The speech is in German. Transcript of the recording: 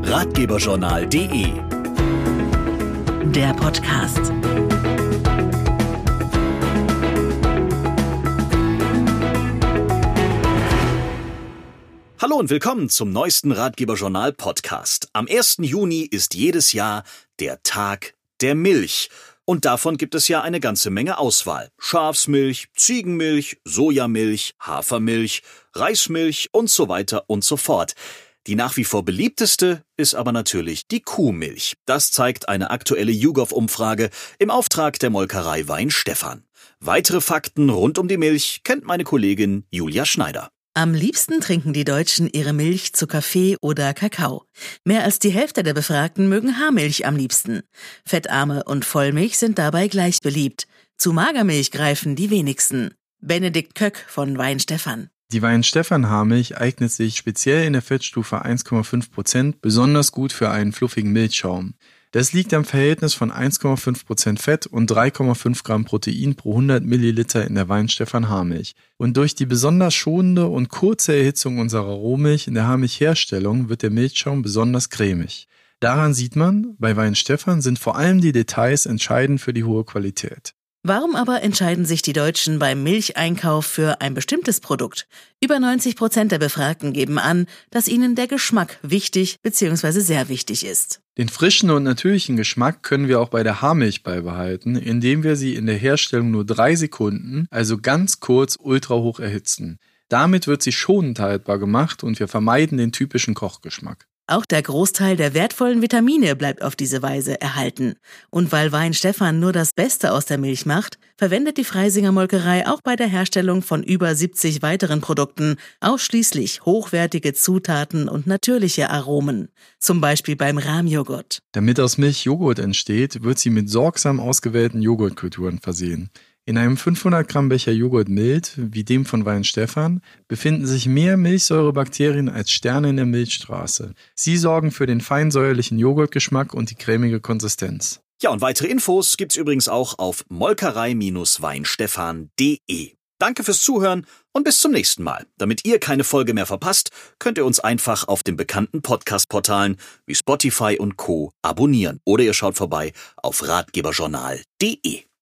Ratgeberjournal.de. Der Podcast. Hallo und willkommen zum neuesten Ratgeberjournal-Podcast. Am 1. Juni ist jedes Jahr der Tag der Milch. Und davon gibt es ja eine ganze Menge Auswahl. Schafsmilch, Ziegenmilch, Sojamilch, Hafermilch, Reismilch und so weiter und so fort. Die nach wie vor beliebteste ist aber natürlich die Kuhmilch. Das zeigt eine aktuelle YouGov-Umfrage im Auftrag der Molkerei Weinstefan. Weitere Fakten rund um die Milch kennt meine Kollegin Julia Schneider. Am liebsten trinken die Deutschen ihre Milch zu Kaffee oder Kakao. Mehr als die Hälfte der Befragten mögen Haarmilch am liebsten. Fettarme und Vollmilch sind dabei gleich beliebt. Zu Magermilch greifen die wenigsten. Benedikt Köck von Weinstefan. Die Weinstefan Haarmilch eignet sich speziell in der Fettstufe 1,5% besonders gut für einen fluffigen Milchschaum. Das liegt am Verhältnis von 1,5% Fett und 3,5 Gramm Protein pro 100 Milliliter in der Weinstefan Haarmilch. Und durch die besonders schonende und kurze Erhitzung unserer Rohmilch in der Haarmilchherstellung wird der Milchschaum besonders cremig. Daran sieht man, bei Weinstefan sind vor allem die Details entscheidend für die hohe Qualität. Warum aber entscheiden sich die Deutschen beim Milcheinkauf für ein bestimmtes Produkt? Über 90% der Befragten geben an, dass ihnen der Geschmack wichtig bzw. sehr wichtig ist. Den frischen und natürlichen Geschmack können wir auch bei der Haarmilch beibehalten, indem wir sie in der Herstellung nur 3 Sekunden, also ganz kurz, ultrahoch erhitzen. Damit wird sie schonend haltbar gemacht und wir vermeiden den typischen Kochgeschmack. Auch der Großteil der wertvollen Vitamine bleibt auf diese Weise erhalten. Und weil Weinstefan nur das Beste aus der Milch macht, verwendet die Freisinger Molkerei auch bei der Herstellung von über 70 weiteren Produkten ausschließlich hochwertige Zutaten und natürliche Aromen. Zum Beispiel beim Rahmjoghurt. Damit aus Milch Joghurt entsteht, wird sie mit sorgsam ausgewählten Joghurtkulturen versehen. In einem 500 Gramm Becher Joghurt mild, wie dem von Weinstefan, befinden sich mehr Milchsäurebakterien als Sterne in der Milchstraße. Sie sorgen für den feinsäuerlichen Joghurtgeschmack und die cremige Konsistenz. Ja, und weitere Infos gibt's übrigens auch auf molkerei-weinstefan.de. Danke fürs Zuhören und bis zum nächsten Mal. Damit ihr keine Folge mehr verpasst, könnt ihr uns einfach auf den bekannten Podcast-Portalen wie Spotify und Co. abonnieren. Oder ihr schaut vorbei auf ratgeberjournal.de.